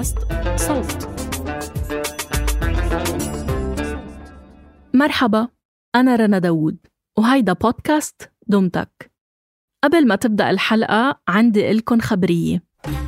بودكاست صوت. مرحبا، أنا رنا داوود وهيدا بودكاست دمتك. قبل ما تبدأ الحلقة عندي إلكن خبرية.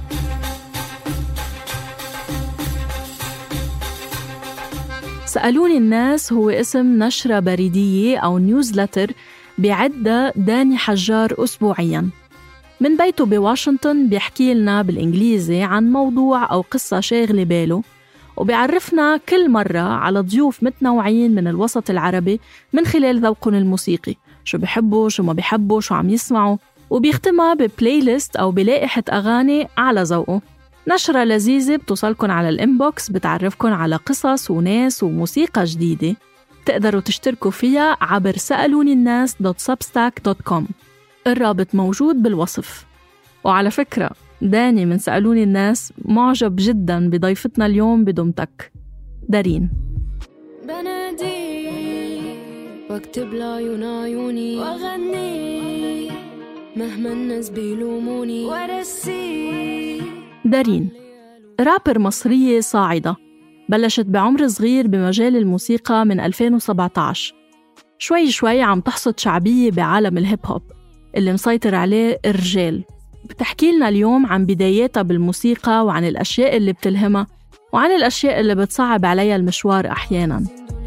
سألوني الناس هو اسم نشرة بريدية أو نيوزلتر بيعدها داني حجار أسبوعياً. من بيته بواشنطن بيحكي لنا بالإنجليزي عن موضوع أو قصة شاغلة باله، وبيعرفنا كل مرة على ضيوف متنوعين من الوسط العربي من خلال ذوقهم الموسيقي، شو بيحبوا شو ما بيحبوا شو عم يسمعوا، وبيختمها ببلاي ليست أو بلائحة أغاني على ذوقه. نشرة لذيذة بتوصلكن على الإنبوكس، بتعرفكن على قصص وناس وموسيقى جديدة. تقدروا تشتركوا فيها عبر سألونيالناس.substack.com. الرابط موجود بالوصف. وعلى فكرة داني من سألوني الناس معجب جدا بضيفتنا اليوم بدمتك، دارين. بنادي واكتب لعيون عيوني واغني مهما الناس بيلوموني ورسي. دارين رابر مصرية صاعدة، بلشت بعمر صغير بمجال الموسيقى من 2017. شوي شوي عم تحصد شعبية بعالم الهيب هوب اللي مسيطر عليه الرجال. بتحكي لنا اليوم عن بداياتها بالموسيقى وعن الأشياء اللي بتلهمها وعن الأشياء اللي بتصعب عليها المشوار أحياناً.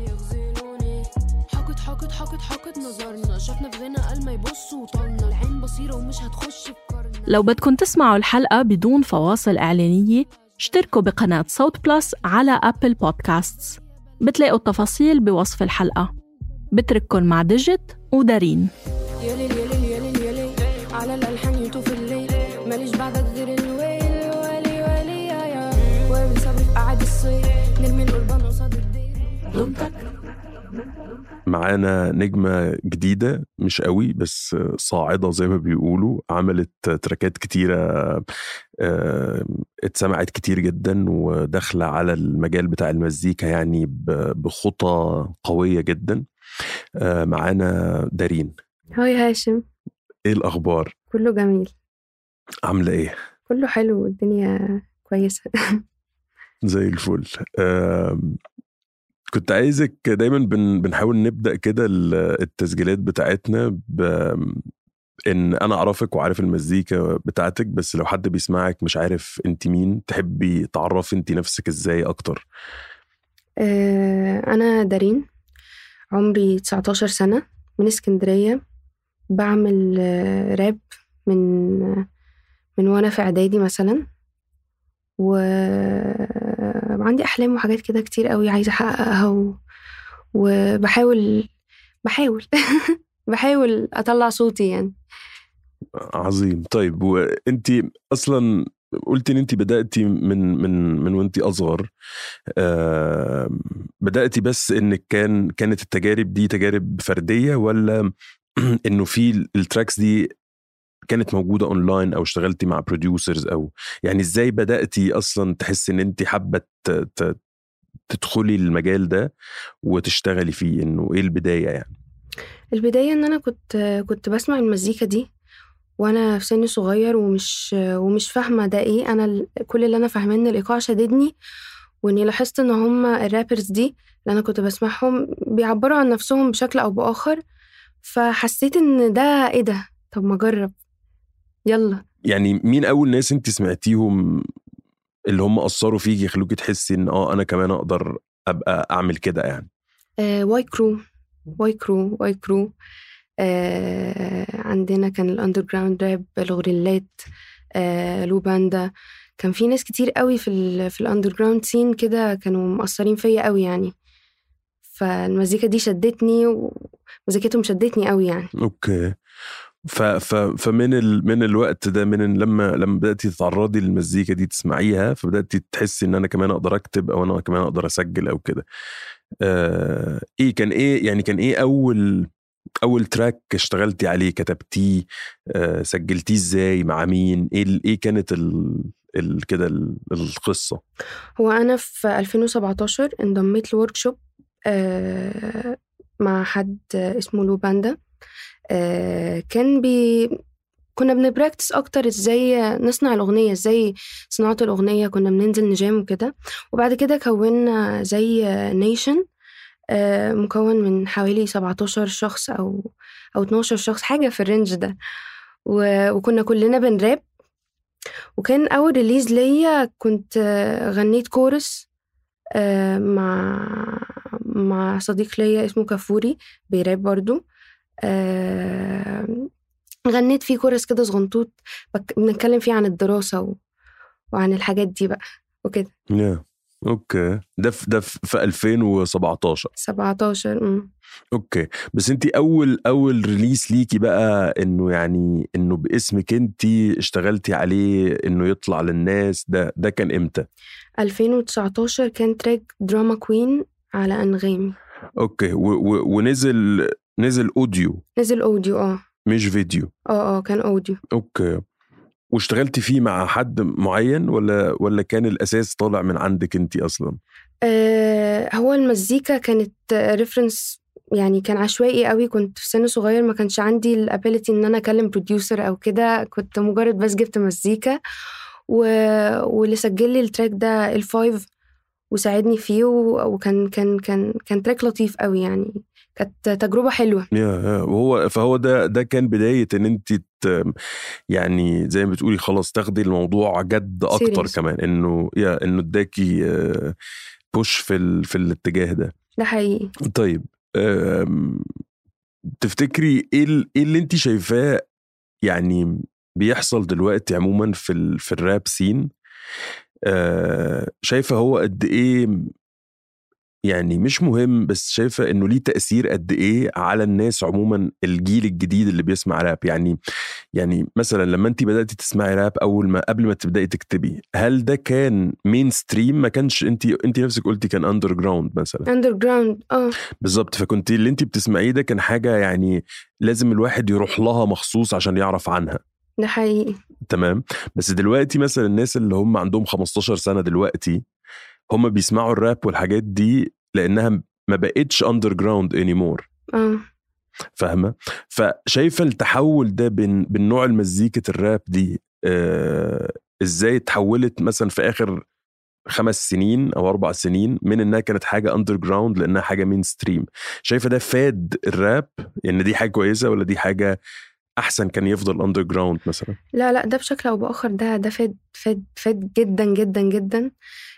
لو بدكن تسمعوا الحلقة بدون فواصل إعلانية، اشتركوا بقناة صوت بلس على أبل بودكاستس. بتلاقوا التفاصيل بوصف الحلقة. بترككن مع ديجيت ودارين. على الألحان يطوف الليل، ماليش بعدك غير الويل. ولي ولي يا وابن صبري في قعد الصيف، نرمي القربان قصاد الدير. معانا نجمة جديدة، مش قوي بس صاعدة زي ما بيقولوا. عملت تراكات كتيرة، اتسمعت كتير جدا ودخل على المجال بتاع المزيكا يعني بخطى قوية جدا. معانا دارين. هاي هاشم، ايه الأخبار؟ كله جميل. عاملة ايه؟ كله حلو، الدنيا كويسة. زي الفل. كنت عايزك دايما بنحاول نبدأ كده التسجيلات بتاعتنا ان انا اعرفك وعارف المزيكا بتاعتك، بس لو حد بيسمعك مش عارف انت مين، تحبي تعرفي انت نفسك ازاي اكتر؟ انا دارين، عمري 19 سنة، من اسكندرية. بعمل راب من وانا في اعدادي مثلا، وعندي احلام وحاجات كده كتير قوي عايزه احققها، وبحاول بحاول اطلع صوتي يعني. عظيم. طيب وانتي اصلا قلتي ان انتي بدأتي من وانتي اصغر. بدأتي بس انك كانت التجارب دي تجارب فردية، ولا انه في التراكس دي كانت موجودة اونلاين او اشتغلتي مع بروديوسرز، او يعني ازاي بدأتي اصلا تحسي ان انتي حابة تدخلي المجال ده وتشتغلي فيه؟ انه ايه البداية يعني؟ البداية ان انا كنت بسمع المزيكا دي وانا في سن صغير، ومش فاهمة ده ايه. انا كل اللي انا فاهماه ان الايقاع شددني، واني لاحظت ان هم الرابرز دي اللي انا كنت بسمعهم بيعبروا عن نفسهم بشكل او باخر، فحسيت ان ده ايه ده، طب ما اجرب، يلا. يعني مين اول ناس انت سمعتيهم اللي هم أثروا فيك يخلوكي تحسي إن أنا كمان أقدر أبقى أعمل كده يعني؟ واي كرو. عندنا كان الأندرجراوند راب، الغوريلات، لو باندا. كان في ناس كتير قوي في الأندرجراوند سين كده كانوا مؤثرين فيا قوي يعني. فالمزيكا دي شدتني، ومزيكتهم شدتني قوي يعني. أوكي. فمن الوقت ده، من لما بدأتي تتعرضي للمزيكا دي تسمعيها، فبدأتي تحسي ان انا كمان اقدر اكتب، او انا كمان اقدر اسجل او كده. كان ايه اول تراك اشتغلتي عليه، كتبتيه، سجلتيه ازاي، مع مين، ايه كانت كده القصة؟ هو انا في 2017 انضميت لوركشوب مع حد اسمه لو باندا. كان كنا بنبراكتس اكتر ازاي نصنع الاغنيه، ازاي صناعه الاغنيه. كنا بننزل نجام وكده، وبعد كده كونا زي نيشن مكون من حوالي 17 شخص او 12 شخص، حاجه في الرينج ده. وكنا كلنا بنراب. وكان اول ريليز ليا كنت غنيت كورس مع صديق ليا اسمه كافوري بيراب برضو. غنيت فيه كورس كده صغنطوط بنتكلم فيه عن الدراسة وعن الحاجات دي بقى وكده. اوكي. ده في 2017 17. اوكي. بس انتي اول ريليس ليكي بقى انه يعني انه باسمك انتي اشتغلتي عليه انه يطلع للناس، ده كان امتى؟ 2019 كان تراك دراما كوين على أنغامي. اوكي. ونزل اوديو؟ نزل اوديو مش فيديو. كان اوديو. اوكي. واشتغلتي فيه مع حد معين ولا كان الاساس طالع من عندك انتي اصلا؟ هو المزيكا كانت ريفرنس، يعني كان عشوائي قوي. كنت في سن صغير، ما كانش عندي الابيليتي ان انا اكلم بروديوسر او كده. كنت مجرد بس جبت مزيكا واللي سجل لي التراك ده الفايف وساعدني فيه، وكان كان كان كان تراك لطيف قوي، يعني كانت تجربة حلوة. فهو ده كان بداية ان انت يعني زي ما بتقولي خلاص تاخدي الموضوع جد اكتر كمان، انه اداكي بوش في الاتجاه ده. ده حقيقي. طيب تفتكري ايه اللي انت شايفاه يعني بيحصل دلوقتي عموما في الراب سين؟ شايفة هو قد ايه يعني مش مهم، بس شايفة انه ليه تأثير قد ايه على الناس عموما، الجيل الجديد اللي بيسمع راب؟ يعني مثلا لما انت بدأتي تسمعي راب قبل ما تبدأي تكتبي، هل ده كان مين ستريم؟ ما كانش انت نفسك قلتي كان اندر جراوند مثلا. اندر جراوند بالظبط. فكنت اللي انت بتسمعيه ده كان حاجة يعني لازم الواحد يروح لها مخصوص عشان يعرف عنها. ده حقيقي. تمام. بس دلوقتي مثلا الناس اللي هم عندهم 15 سنة دلوقتي هم بيسمعوا الراب والحاجات دي لأنها ما بقتش underground anymore. فاهمة؟ فشايفة التحول ده بين نوع المزيكة الراب دي ازاي تحولت مثلا في آخر 5 سنين أو 4 سنين من إنها كانت حاجة underground لأنها حاجة mainstream؟ شايفة ده فاد الراب؟ يعني دي حاجة كويسة ولا دي حاجة أحسن كان يفضل underground مثلا؟ لا، ده بشكل أو بآخر ده فاد جدا جدا جدا.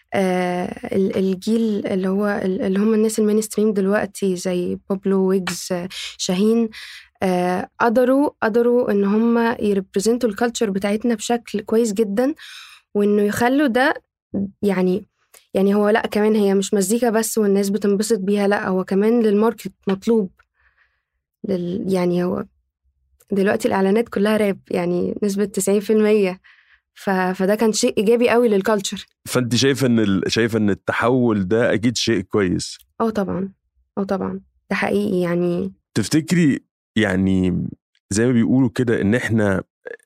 الجيل اللي هم الناس المينستريم دلوقتي زي بابلو، ويجز، شاهين، قدروا ان هم يريبريزنتوا الكالتشر بتاعتنا بشكل كويس جدا، وانه يخلوا ده يعني هو لا كمان هي مش مزيكا بس والناس بتنبسط بيها، لا هو كمان للماركت مطلوب. يعني هو دلوقتي الإعلانات كلها راب، يعني نسبة 90%. فده كان شيء إيجابي قوي للكالتشر. فأنت شايفة إن التحول ده أكيد شيء كويس؟ طبعا ده حقيقي. يعني تفتكري يعني زي ما بيقولوا كده إن إحنا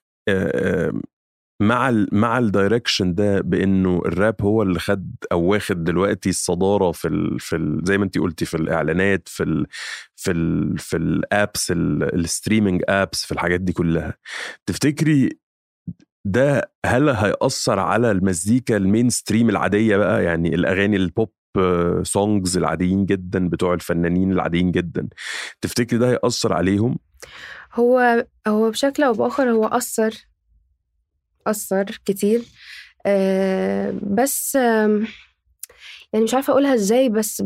مع الدايركشن ده بانه الراب هو اللي خد او واخد دلوقتي الصداره في زي ما انتي قلتي في الاعلانات، في الابس، الستريمينج ابس، في الحاجات دي كلها، تفتكري ده هل هيأثر على المزيكا المين ستريم العاديه بقى؟ يعني الاغاني البوب سونجز العاديين جدا بتوع الفنانين العاديين جدا، تفتكري ده هيأثر عليهم؟ هو بشكل او باخر هو أثر كتير. بس يعني مش عارفة أقولها إزاي،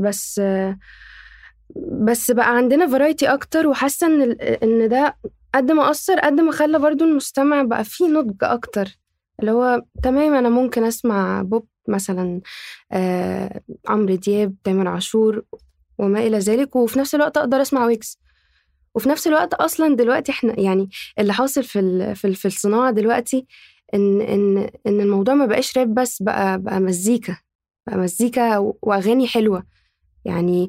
بس بقى عندنا فرايتي أكتر، وحاسة إن ده قد ما أثر قد ما خلى برضو المستمع بقى فيه نضج أكتر، اللي هو تمام أنا ممكن أسمع بوب مثلا، عمرو دياب، تامر عاشور وما إلى ذلك، وفي نفس الوقت أقدر أسمع ويجز. وفي نفس الوقت أصلا دلوقتي إحنا يعني اللي حاصل في الصناعة دلوقتي إن الموضوع ما بقاش راب بس، بقى مزيكا وأغاني حلوة. يعني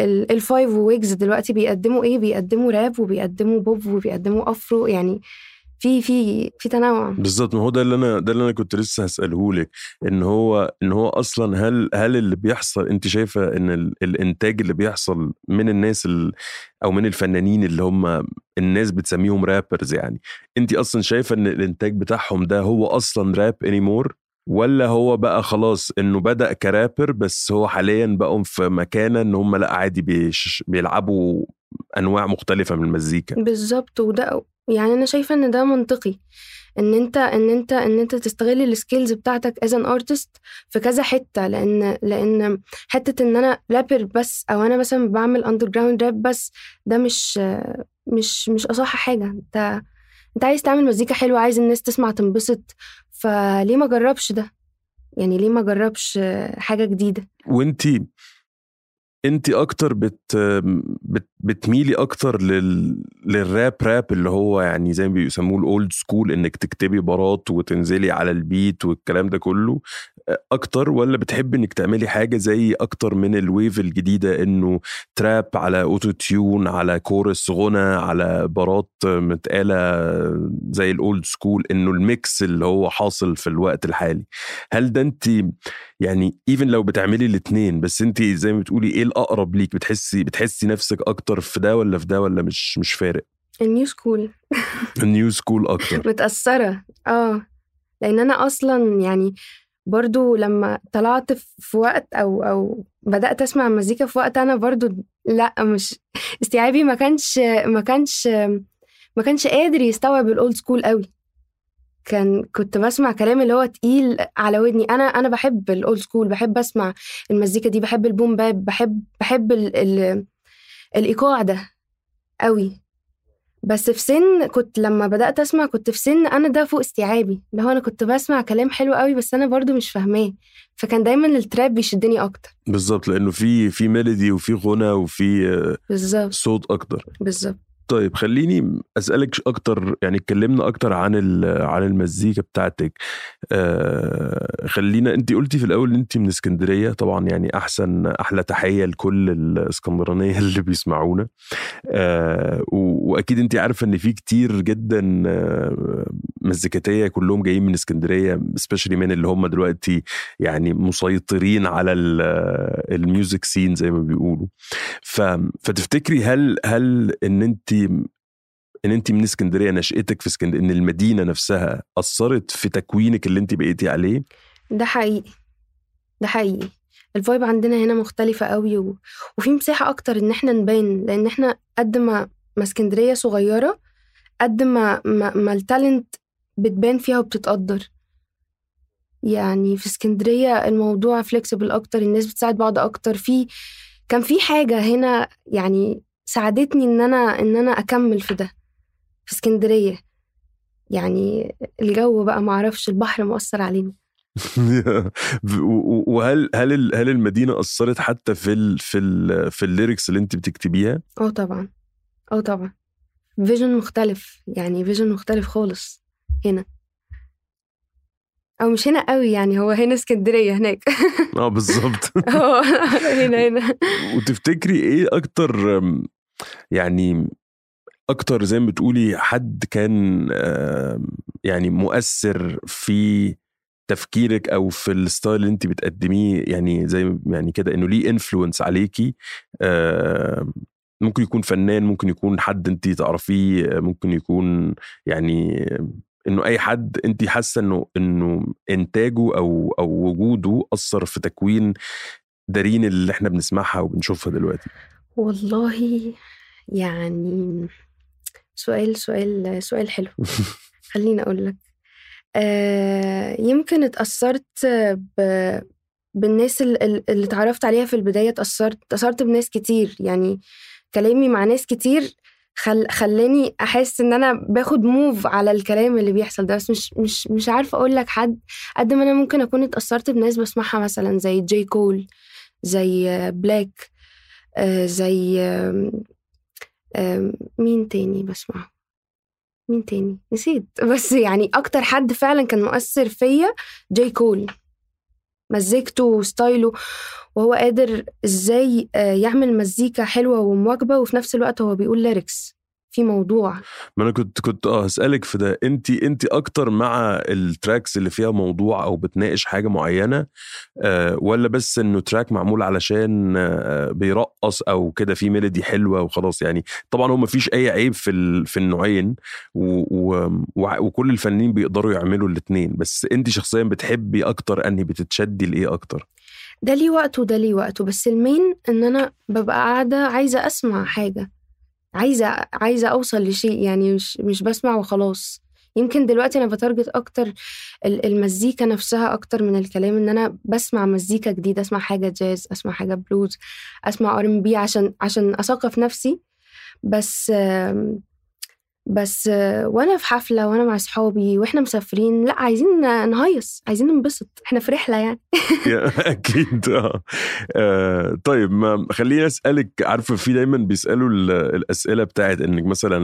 الفايف وويجز دلوقتي بيقدموا إيه؟ بيقدموا راب وبيقدموا بوب وبيقدموا أفرو، يعني في تنوع. بالظبط. ما هو ده اللي انا كنت لسه هسأله لك، ان هو اصلا هل اللي بيحصل، انت شايفه ان الانتاج اللي بيحصل من الناس او من الفنانين اللي هم الناس بتسميهم رابرز، يعني انت اصلا شايفه ان الانتاج بتاعهم ده هو اصلا راب انيمور، ولا هو بقى خلاص انه بدأ كرابر بس هو حاليا بقوا في مكانه ان هم لا عادي بيلعبوا انواع مختلفه من المزيكا؟ بالظبط. وده يعني انا شايفه ان ده منطقي، ان انت تستغل السكيلز بتاعتك as an artist في كذا حته، لان حته ان انا رابر بس، او انا مثلا بعمل underground راب بس، ده مش اصح حاجه. انت عايز تعمل مزيكا حلوه، عايز الناس تسمع تنبسط، فليه ما جربش ده؟ يعني ليه ما جربش حاجه جديده؟ وانتي اكتر بتميلي اكتر للراب اللي هو يعني زي ما بيسموه الاولد سكول، انك تكتبي بارات وتنزلي على البيت والكلام ده كله اكتر، ولا بتحب انك تعملي حاجه زي اكتر من الويف الجديده، انه تراب على اوتو تيون على كورس غنى على بارات متقاله زي الاولد سكول، انه الميكس اللي هو حاصل في الوقت الحالي؟ هل ده انت يعني ايفن لو بتعملي الاثنين، بس انت زي ما بتقولي ايه الاقرب ليك؟ بتحسي نفسك اكتر في ده ولا في ده، ولا مش فارق؟ النيو سكول. النيو سكول اكتر. متأثرة لان انا اصلا يعني برضو لما طلعت في وقت او بدأت اسمع مزيكا في وقت انا برضو لا، مش استيعابي ما كانش قادر يستوعب الاولد سكول قوي. كنت بسمع كلام اللي هو تقيل على ودني. انا بحب الاولد سكول، بحب اسمع المزيكا دي، بحب البوم باب، بحب الايقاع ده قوي. بس في سن كنت لما بدأت اسمع كنت في سن انا ده فوق استيعابي، اللي هو انا كنت بسمع كلام حلو قوي بس انا برضو مش فاهماه، فكان دايما التراب بيشدني اكتر. بالظبط، لانه في ميلودي وفي غنى وفي بالظبط صوت اكتر. بالظبط. طيب خليني أسألك أكتر، يعني اتكلمنا أكتر عن المزيكا بتاعتك. خلينا، أنت قلتي في الأول أنت من اسكندرية، طبعا يعني أحلى تحية لكل الاسكندرانية اللي بيسمعونا. وأكيد أنت عارفة أن في كتير جدا مزيكتية كلهم جايين من اسكندرية، especially من اللي هم دلوقتي يعني مسيطرين على الميوزك سين زي ما بيقولوا. فتفتكري هل ان انت من اسكندريه، نشأتك في اسكندريه، ان المدينه نفسها اثرت في تكوينك اللي انت بقيتي عليه؟ ده حقيقي. الفايب عندنا هنا مختلفه قوي، وفي مساحه اكتر ان احنا نبان، لان احنا قد ما اسكندريه صغيره، قد ما التالنت بتبان فيها وبتتقدر. يعني في اسكندريه الموضوع فليكسبل اكتر، الناس بتساعد بعض اكتر. كان في حاجه هنا يعني ساعدتني ان انا اكمل في ده في اسكندريه. يعني الجو بقى معرفش، البحر مؤثر علينا. وهل المدينه اثرت حتى في الليركس اللي انت بتكتبيها؟ طبعا فيجن مختلف، يعني فيجن مختلف خالص هنا، او مش هنا قوي، يعني هو هنا اسكندريه، هناك بالظبط. هنا وتفتكري ايه اكتر، يعني اكتر زي ما بتقولي حد كان يعني مؤثر في تفكيرك او في الستايل اللي انت بتقدميه، يعني زي يعني كده انه ليه انفلونس عليكي؟ ممكن يكون فنان، ممكن يكون حد انت تعرفيه، ممكن يكون يعني انه اي حد انت حاسه انه انتاجه او وجوده اثر في تكوين دارين اللي احنا بنسمعها وبنشوفها دلوقتي. والله يعني سؤال حلو. خليني اقول لك، يمكن اتأثرت بالناس اللي اتعرفت عليها في البداية. اتأثرت بناس كتير، يعني كلامي مع ناس كتير خلاني احس ان انا باخد موف على الكلام اللي بيحصل ده. بس مش عارفه اقول لك حد، قد ما انا ممكن اكون اتأثرت بناس بسمعها مثلا زي جاي كول، زي بلاك، زي مين تاني بسمعه، مين تاني نسيت. بس يعني اكتر حد فعلا كان مؤثر فيا جاي كول، مزيكته وستايله، وهو قادر ازاي يعمل مزيكا حلوة ومواكبة، وفي نفس الوقت هو بيقول ليركس. في موضوع. ما انا كنت هسألك في ده. انت اكتر مع التراكس اللي فيها موضوع او بتناقش حاجة معينة، ولا بس انه تراك معمول علشان بيرقص او كده في ميلودي حلوة وخلاص؟ يعني طبعا هو مفيش اي عيب في النوعين، وكل الفنانين بيقدروا يعملوا الاتنين، بس انت شخصيا بتحبي اكتر اني بتتشدي لايه اكتر؟ ده ليه وقته وده ليه وقته، بس المين ان انا ببقى قاعدة عايزة اسمع حاجة، عايزة اوصل لشيء، يعني مش بسمع وخلاص. يمكن دلوقتي انا بتارجت اكتر المزيكا نفسها اكتر من الكلام، ان انا بسمع مزيكا جديدة، اسمع حاجة جاز، اسمع حاجة بلوز، اسمع R&B عشان اثقف نفسي. بس وانا في حفلة وانا مع اصحابي واحنا مسافرين، لا عايزين نهيص، عايزين ننبسط، احنا في رحلة يعني. اكيد. طيب، ما خليني اسالك، عارفه في دايما بيسالوا الاسئله بتاعت انك مثلا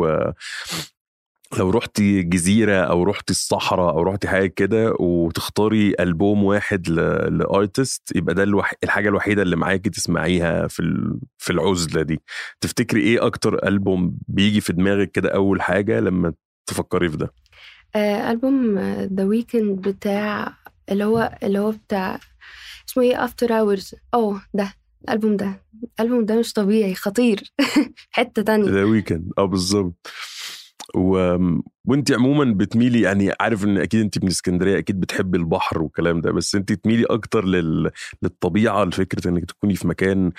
لو رحتي جزيرة أو رحتي الصحراء أو رحتي حاجة كده وتختاري ألبوم واحد لآرتست، يبقى ده الحاجة الوحيدة اللي معاكي تسمعيها في العزلة دي، تفتكري إيه أكتر ألبوم بيجي في دماغك كده أول حاجة لما تفكري في ده؟ ألبوم The Weeknd بتاع اللي هو بتاع اسمه ايه After Hours. ده الألبوم ده مش طبيعي، خطير. حتة تانية. The Weeknd بالظبط. وانت عموما بتميلي، يعني عارف ان اكيد انت من اسكندريه، اكيد بتحبي البحر والكلام ده، بس انت تميلي اكتر للطبيعه، لفكره انك تكوني في مكان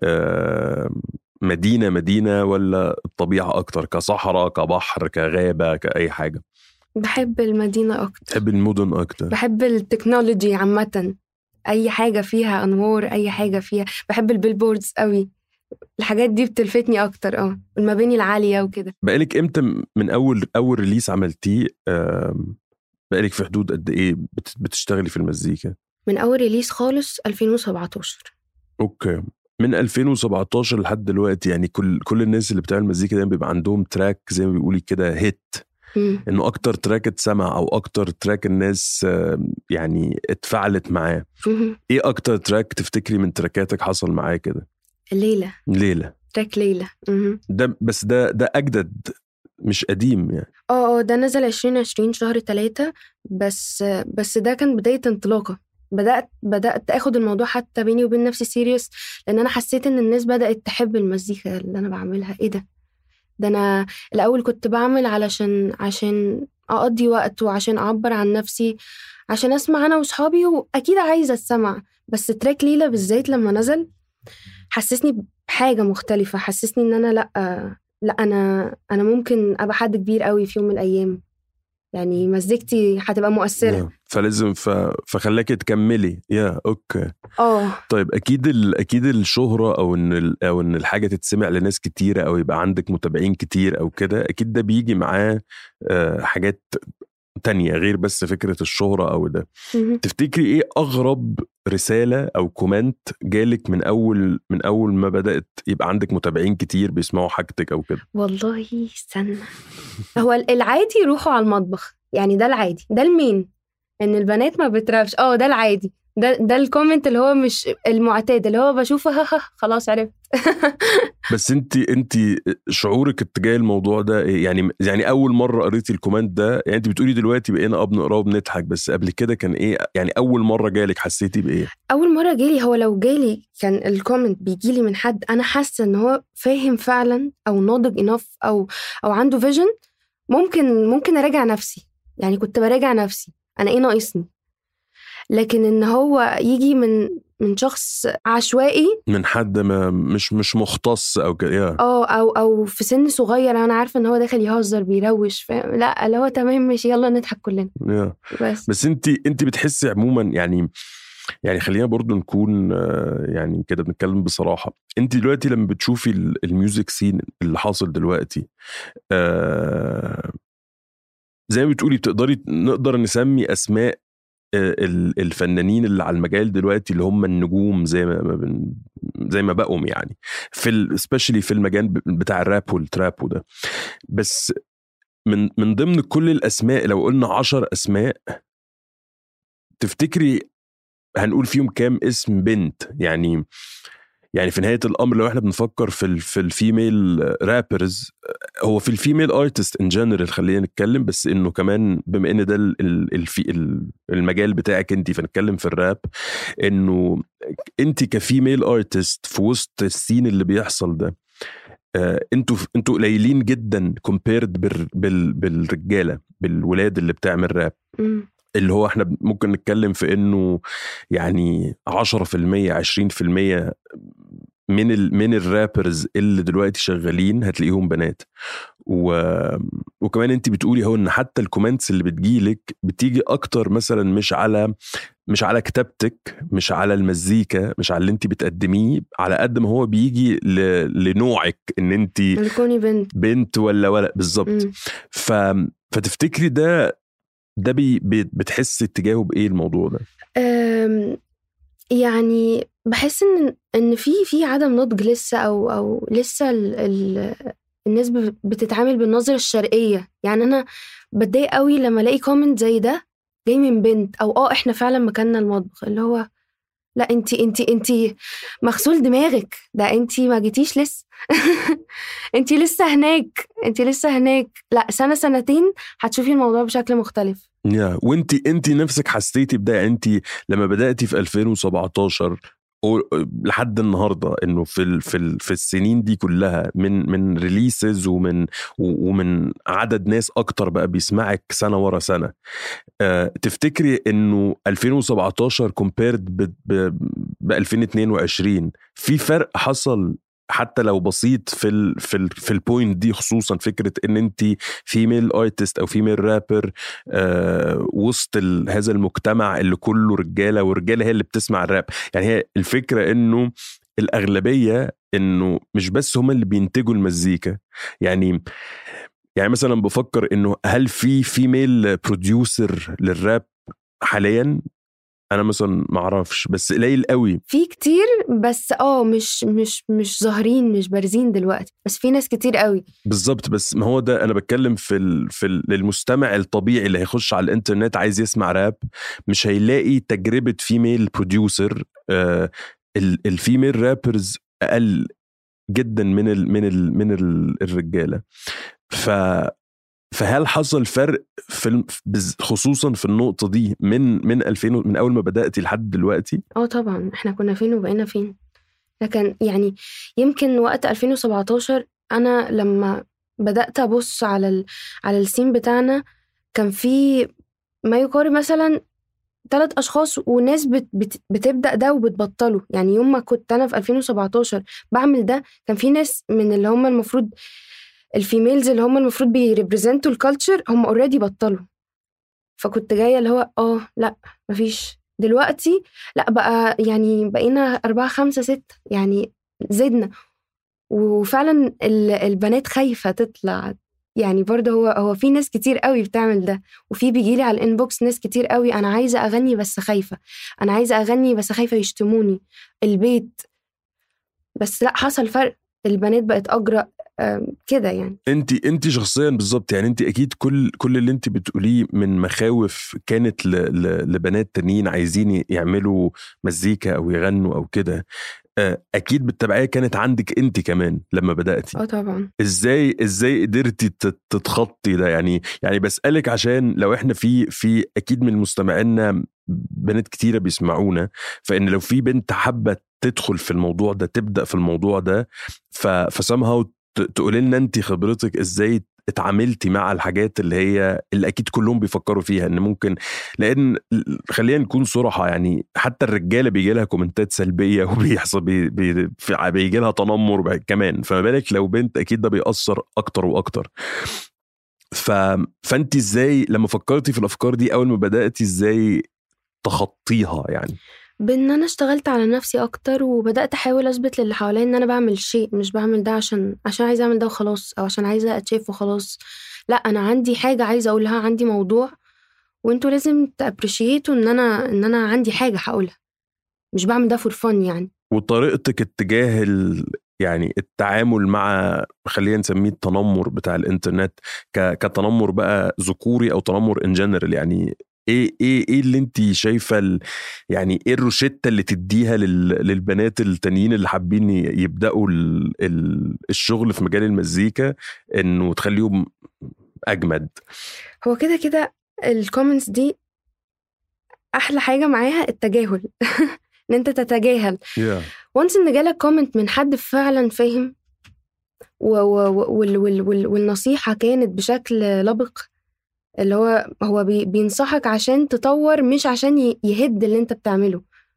مدينه، ولا الطبيعه اكتر كصحراء كبحر كغابه كاي حاجه؟ بحب المدينه اكتر. بحب المدن اكتر. بحب التكنولوجي عامه، اي حاجه فيها انوار، اي حاجه فيها. بحب البيلبوردز قوي، الحاجات دي بتلفتني اكتر. المباني العاليه وكده. بقالك امتى من اول ريليس عملتيه؟ بقالك في حدود قد ايه بتشتغلي في المزيكا؟ من اول ريليس خالص 2017. اوكي، من 2017 لحد دلوقتي. يعني كل الناس اللي بتعمل مزيكا دايما بيبقى عندهم تراك زي ما بيقولي كده هيت، انه اكتر تراك اتسمع او اكتر تراك الناس يعني اتفعلت معاه. ايه اكتر تراك تفتكري من تراكاتك حصل معاه كده؟ ليلة. تراك ليلة. ده بس ده اجدد مش قديم يعني. ده نزل 2020 شهر 3. بس ده كان بداية انطلاقة. بدأت اخد الموضوع حتى بيني وبين نفسي سيريس، لان انا حسيت ان الناس بدأت تحب المزيكا اللي انا بعملها. ايه ده انا الاول كنت بعمل عشان اقضي وقت وعشان اعبر عن نفسي، عشان اسمع انا وصحابي، واكيد عايزة اسمع. بس تراك ليلة بالذات لما نزل حسسني بحاجة مختلفة، حسسني ان انا لا انا ممكن ابقى حد كبير قوي في يوم من الايام، يعني مزيكتي هتبقى مؤثرة. فلازم فخلاكي تكملي. اوكي. طيب، اكيد الشهرة او ان الحاجة تتسمع لناس كتيرة او يبقى عندك متابعين كتير او كده، اكيد ده بيجي معاه حاجات تانية غير بس فكرة الشهرة أو ده. تفتكري إيه أغرب رسالة أو كومنت جالك من أول ما بدأت يبقى عندك متابعين كتير بيسمعوا حاجتك أو كده؟ والله استنى. هو العادي يروحوا على المطبخ، يعني ده العادي، ده المين، إن البنات ما بترافش. ده العادي، ده الكومنت اللي هو مش المعتاد، اللي هو بشوفه خلاص عرفت. بس انت شعورك اتجاه الموضوع ده إيه؟ يعني اول مره قريتي الكومنت ده، يعني انت بتقولي دلوقتي بقينا بنقراه وبنضحك، بس قبل كده كان ايه؟ يعني اول مره جالك حسيتي بايه؟ اول مره جالي، هو لو جالي كان الكومنت بيجيلي من حد انا حاسه ان هو فاهم فعلا او ناضج انف او عنده فيجن، ممكن اراجع نفسي. يعني كنت براجع نفسي انا ايه ناقصني. لكن ان هو يجي من شخص عشوائي، من حد ما مش مختص او كده، او في سن صغير، انا عارفه ان هو داخل يهزر بيروش، لا اللي هو تمام ماشي يلا نضحك كلنا. بس انت بتحسي عموما، يعني خلينا برضو نكون يعني كده بنتكلم بصراحه، انت دلوقتي لما بتشوفي الميوزك سين اللي حاصل دلوقتي، زي ما بتقولي نقدر نسمي اسماء الفنانين اللي على المجال دلوقتي اللي هم النجوم زي ما بقوا، يعني especially في المجال بتاع الراب والتراب وده. بس من ضمن كل الأسماء، لو قلنا 10 أسماء، تفتكري هنقول فيهم كام اسم بنت؟ يعني يعني في نهاية الأمر لو احنا بنفكر في الفيميل رابرز، هو في الفيميل ارتست ان جنرال خلينا نتكلم، بس انه كمان بما ان ده المجال بتاعك انت، فنتكلم في الراب، انه انت كفيميل ارتست في وسط السين اللي بيحصل ده، انتوا قليلين جدا كومبيرد بالرجالة، بالولاد اللي بتعمل راب. اللي هو احنا ممكن نتكلم في انه يعني 10% 20% من الرابرز اللي دلوقتي شغالين هتلاقيهم بنات. وكمان انت بتقولي هو ان حتى الكومنتس اللي بتجيلك بتيجي اكتر مثلا مش على كتابتك، مش على المزيكا، مش على اللي انت بتقدميه، على قد ما هو بيجي لنوعك، ان انت بنت ولا بالظبط. فتفتكري ده بتحس اتجاهه بايه الموضوع ده؟ يعني بحس ان في عدم نضج لسه، او لسه الناس بتتعامل بالنظرة الشرقية. يعني انا بتضايق قوي لما الاقي كومنت زي ده جاي من بنت، او احنا فعلا مكاننا المطبخ، اللي هو لا انتي مغسول دماغك، ده انتي ما جيتيش لسه. انتي لسه هناك، لا سنة سنتين هتشوفي الموضوع بشكل مختلف. وانتي نفسك حسيتي بده؟ انتي لما بدأتي في 2017 لحد النهارده، انه في السنين دي كلها من ريليسز ومن عدد ناس اكتر بقى بيسمعك سنه ورا سنه، تفتكري انه 2017 كومبيرد ب 2022 في فرق حصل حتى لو بسيط في البوينت دي، خصوصا فكرة ان انت فيميل ارتست او فيميل رابر وسط هذا المجتمع اللي كله رجالة، ورجالة هي اللي بتسمع الراب؟ يعني هي الفكرة انه الأغلبية انه مش بس هم اللي بينتجوا المزيكا. يعني مثلا بفكر انه هل في فيميل بروديوسر للراب حاليا؟ انا مثلا ما اعرفش، بس قليل قوي. في كتير بس مش ظاهرين، مش بارزين دلوقتي، بس في ناس كتير قوي. بالظبط، بس ما هو ده انا بتكلم في المستمع الطبيعي اللي هيخش على الانترنت عايز يسمع راب، مش هيلاقي تجربة فيميل بروديوسر. الفيميل رابرز اقل جدا من الرجالة. فهل حصل فرق خصوصا في النقطة دي من 2000 من أول ما بدأتي لحد دلوقتي؟ طبعا احنا كنا فين وبقينا فين. لكن يعني يمكن وقت 2017 أنا لما بدأت أبص على السين بتاعنا، كان في ما يقارب مثلا 3 أشخاص وناس بتبدأ ده وبتبطله. يعني يوم ما كنت أنا في 2017 بعمل ده، كان في ناس من اللي هم المفروض الفيميلز اللي هم المفروض بيريبريزنتوا الكالتشر هم اوريدي بطلوا. فكنت جاية اللي هو لا مفيش دلوقتي، لا بقى يعني بقينا 4 5 6 يعني زدنا. وفعلا البنات خايفة تطلع. يعني برضه هو في ناس كتير قوي بتعمل ده، وفي بيجيلي على الانبوكس ناس كتير قوي انا عايزة اغني بس خايفة، انا عايزة اغني بس خايفة يشتموني البيت. بس لا، حصل فرق، البنات بقت اجرأ كده. يعني انت شخصيا بالظبط، يعني انت اكيد كل اللي انت بتقوليه من مخاوف كانت لبنات تانيين عايزين يعملوا مزيكا او يغنوا او كده، اكيد بالتبعية كانت عندك انت كمان لما بدأتي. طبعا. ازاي قدرتي تتخطي ده؟ يعني بسألك عشان لو احنا في اكيد من مستمعينا بنات كتيرة بيسمعونا، فان لو في بنت حابة تدخل في الموضوع ده، تبدأ في الموضوع ده، فسامها تقولي لنا انت خبرتك ازاي اتعاملتي مع الحاجات اللي اكيد كلهم بيفكروا فيها ان ممكن، لان خلينا نكون صراحة، يعني حتى الرجالة بيجي لها كومنتات سلبية وبيحصل بيجي لها تنمر كمان، فما بالك لو بنت، اكيد ده بيأثر اكتر واكتر. فانت ازاي لما فكرتي في الافكار دي اول ما بدأتي ازاي تخطيها؟ يعني بان انا اشتغلت على نفسي اكتر، وبدات احاول اثبت للي حواليا ان انا بعمل شيء، مش بعمل ده عشان عايزه اعمل ده وخلاص، او عشان عايزه اتشاف وخلاص. لا، انا عندي حاجه عايزه اقولها، عندي موضوع، وانتوا لازم تابريشيتوا ان انا عندي حاجه هقولها، مش بعمل ده فور فن يعني. وطريقتك اتجاه يعني التعامل مع، خلينا نسميه التنمر بتاع الانترنت، كتنمر بقى ذكوري او تنمر ان جنرال، يعني ايه اللي انت شايفه يعني ايه الروشتة اللي تديها للبنات التانيين اللي حابين يبداوا الشغل في مجال المزيكا انه تخليهم اجمد؟ هو كده كده الكومنتس دي احلى حاجه معاها التجاهل. ان انت تتجاهل وانس ان جالك كومنت من حد فعلا فاهم والنصيحه كانت بشكل لبق، اللي هو بينصحك عشان تطور مش عشان يهد اللي انت بتعمله.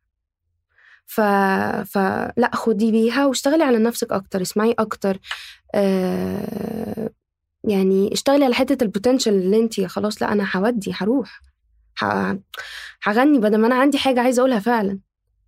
فلا خدي بيها واشتغلي على نفسك اكتر، اسمعي اكتر، يعني اشتغلي على حته البوتنشال اللي انت خلاص لا انا هودي هروح هغني بدل ما انا عندي حاجه عايزه اقولها فعلا.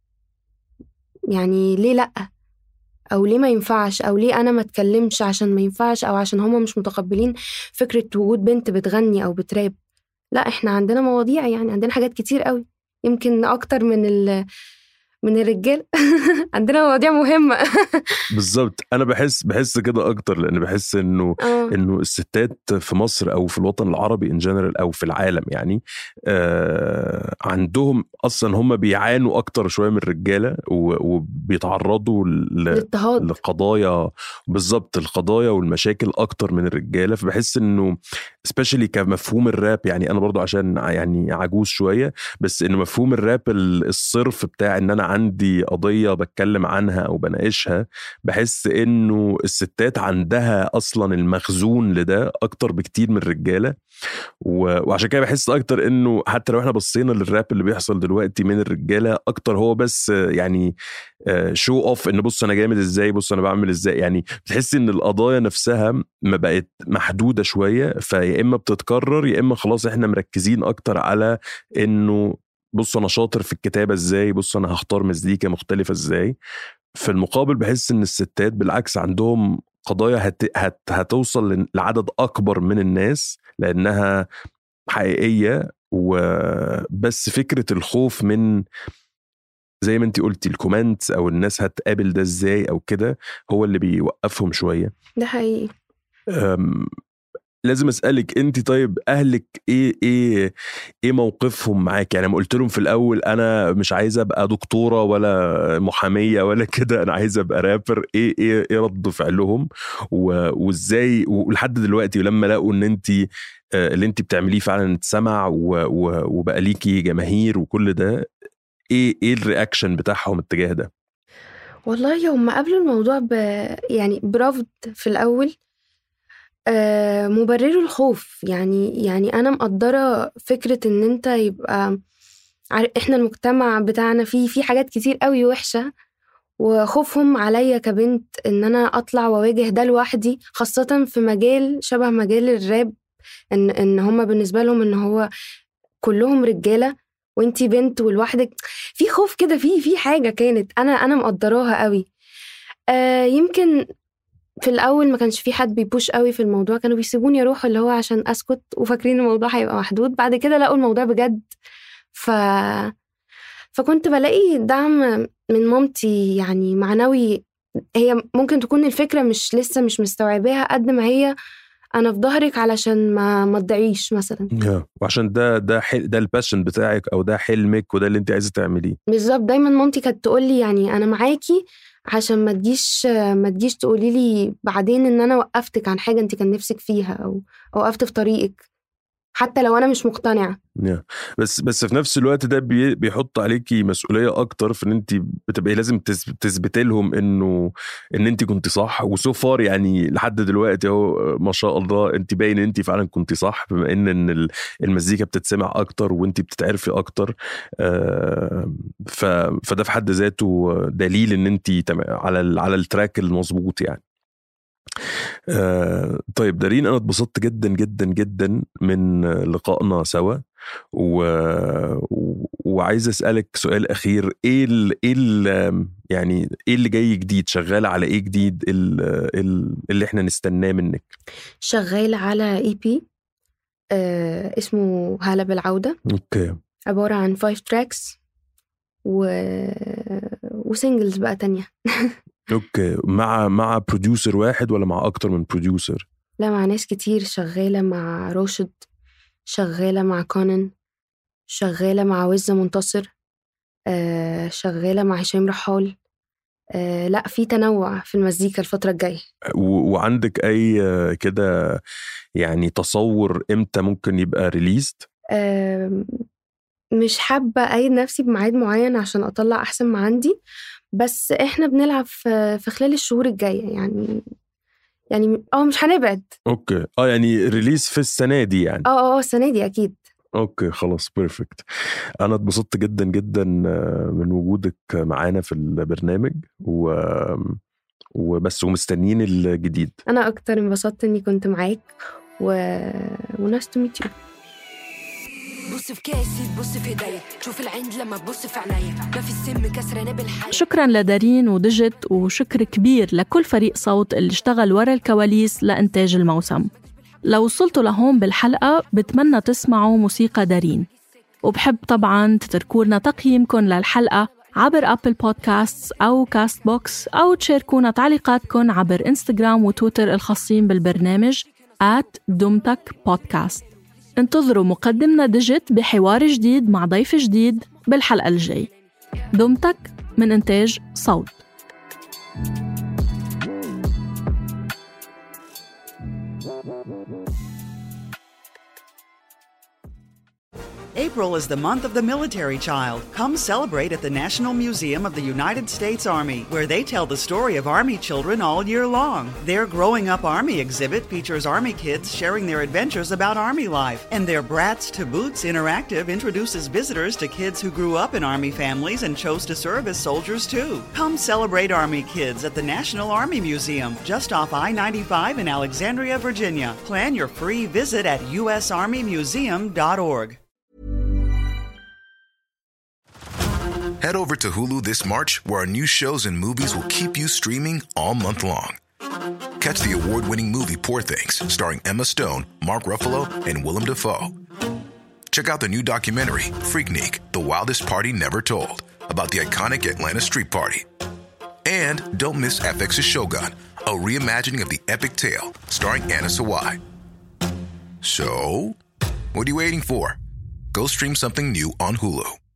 يعني ليه لا، او ليه ما ينفعش، او ليه انا ما اتكلمش عشان ما ينفعش، او عشان هما مش متقبلين فكره وجود بنت بتغني او بتراب. لا احنا عندنا مواضيع، يعني عندنا حاجات كتير قوي يمكن اكتر من الرجال. عندنا مواضيع مهمة. بالظبط. انا بحس كده اكتر، لان بحس انه الستات في مصر او في الوطن العربي ان جنرال او في العالم يعني عندهم اصلا هم بيعانوا اكتر شوية من الرجالة وبيتعرضوا لقضايا، بالظبط القضايا والمشاكل اكتر من الرجالة. فبحس انه especially كمفهوم الراب، يعني انا برضو عشان يعني عجوز شوية، بس انه مفهوم الراب الصرف بتاع ان انا عندي قضية بتكلم عنها او بناقشها، بحس انه الستات عندها اصلا المخزون لده اكتر بكتير من الرجالة. وعشان كده بحس اكتر انه حتى لو احنا بصينا للراب اللي بيحصل دلوقتي من الرجالة اكتر، هو بس يعني شو اوف ان بص انا جامد ازاي، بص انا بعمل ازاي. يعني بتحس ان القضايا نفسها ما بقت محدودة شوية، فيا اما بتتكرر يا اما خلاص احنا مركزين اكتر على انه بص انا شاطر في الكتابة ازاي، بص انا هختار مزيكا مختلفة ازاي. في المقابل بحس ان الستات بالعكس عندهم قضايا هتوصل لعدد اكبر من الناس لانها حقيقية. وبس فكرة الخوف من زي ما انتي قلتي الكومنتس او الناس هتقابل ده ازاي او كده هو اللي بيوقفهم شوية. ده حقيقي. لازم اسالك انت، طيب اهلك ايه موقفهم معاك؟ يعني ما قلت لهم في الاول انا مش عايزه ابقى دكتوره ولا محاميه ولا كده، انا عايزه ابقى رابر، ايه رد فعلهم وازاي ولحد دلوقتي لما لقوا ان انت اللي انت بتعمليه فعلا اتسمع وبقى ليكي جماهير وكل ده، ايه الرياكشن بتاعهم اتجاه ده؟ والله هم قابلوا الموضوع يعني برفض في الاول، مبرره الخوف. يعني انا مقدره فكره ان انت يبقى احنا المجتمع بتاعنا فيه حاجات كتير قوي وحشه، وخوفهم عليا كبنت ان انا اطلع واواجه ده لوحدي، خاصه في مجال شبه مجال الراب، ان هم بالنسبه لهم ان هو كلهم رجاله وانتي بنت ولوحدك. في خوف كده، في حاجه كانت انا مقدراها قوي. يمكن في الاول ما كانش في حد بيبوش قوي في الموضوع، كانوا بيسيبوني اروح اللي هو عشان اسكت وفاكرين الموضوع هيبقى محدود. بعد كده لقوا الموضوع بجد، فكنت بلاقي دعم من مامتي يعني معنوي. هي ممكن تكون الفكرة لسه مش مستوعباها قد ما هي انا في ظهرك علشان ما تضيعيش مثلا، وعشان ده الباشن بتاعك او ده حلمك وده اللي انت عايزه تعمليه. بالظبط. دايما مامتي كانت تقول لي يعني انا معاكي عشان ما تجيش تقولي لي بعدين ان انا وقفتك عن حاجه انت كان نفسك فيها او وقفت في طريقك حتى لو انا مش مقتنعه. بس في نفس الوقت ده بيحط عليكي مسؤوليه اكتر، في ان انت بتبقي لازم تثبتي لهم ان انت كنتي صح. وسو فار يعني لحد دلوقتي اهو ما شاء الله انت باين انت فعلا كنتي صح، بما ان المزيكا بتتسمع اكتر وانت بتتعرفي اكتر. فده في حد ذاته دليل ان انت على التراك المظبوط يعني. طيب دارين، أنا اتبسطت جدا جدا جدا من لقائنا سوا، وعايز أسألك سؤال أخير. إيه يعني إيه اللي جاي جديد؟ شغالة على إيه جديد اللي إحنا نستناه منك؟ شغالة على EP اسمه هلا بالعودة. أوكي. عبارة عن 5 tracks وسينجلز بقى تانية. اوكي. مع بروديوسر واحد ولا مع اكتر من بروديوسر؟ لا، مع ناس كتير. شغالة مع راشد، شغالة مع كونن، شغالة مع وزة منتصر، شغالة مع هشام رحال. لا، في تنوع في المزيكا الفترة الجاية. وعندك أي كده يعني تصور إمتى ممكن يبقى ريليزد؟ مش حابة أيد نفسي بميعاد معين عشان أطلع أحسن ما عندي، بس إحنا بنلعب في خلال الشهور الجاية يعني مش هنبعد. أوكي. يعني ريليز في السنة دي يعني. السنة دي أكيد. اوكي خلاص بيرفكت. انا اتبسطت جدا جدا من وجودك معانا في البرنامج وبس ومستنيين الجديد. انا اكتر انبسطت اني كنت معاك وناس تو ميت يو. بص في كاسي تبص في ايديا، شوف العند لما تبص في عينيا، ما في السم كسرانه بالحياه. شكرا لدارين ودجت، وشكر كبير لكل فريق صوت اللي اشتغل ورا الكواليس لإنتاج الموسم. لو وصلتوا لهون بالحلقة بتمنى تسمعوا موسيقى دارين، وبحب طبعاً تتركولنا تقييمكن للحلقة عبر أبل بودكاستس أو كاست بوكس، أو تشاركونا تعليقاتكن عبر إنستغرام وتويتر الخاصين بالبرنامج @دمتك بودكاست. انتظروا مقدمنا ديجيت بحوار جديد مع ضيف جديد بالحلقة الجاي. دمتك من إنتاج صوت. April is the month of the military child. Come celebrate at the National Museum of the United States Army, where they tell the story of Army children all year long. Their Growing Up Army exhibit features Army kids sharing their adventures about Army life, and their Brats to Boots interactive introduces visitors to kids who grew up in Army families and chose to serve as soldiers too. Come celebrate Army kids at the National Army Museum, just off I-95 in Alexandria, Virginia. Plan your free visit at usarmymuseum.org. Head over to Hulu this March, where our new shows and movies will keep you streaming all month long. Catch the award-winning movie Poor Things, starring Emma Stone, Mark Ruffalo, and Willem Dafoe. Check out the new documentary, Freaknik, The Wildest Party Never Told, about the iconic Atlanta Street Party. And don't miss FX's Shogun, a reimagining of the epic tale, starring Anna Sawai. So, what are you waiting for? Go stream something new on Hulu.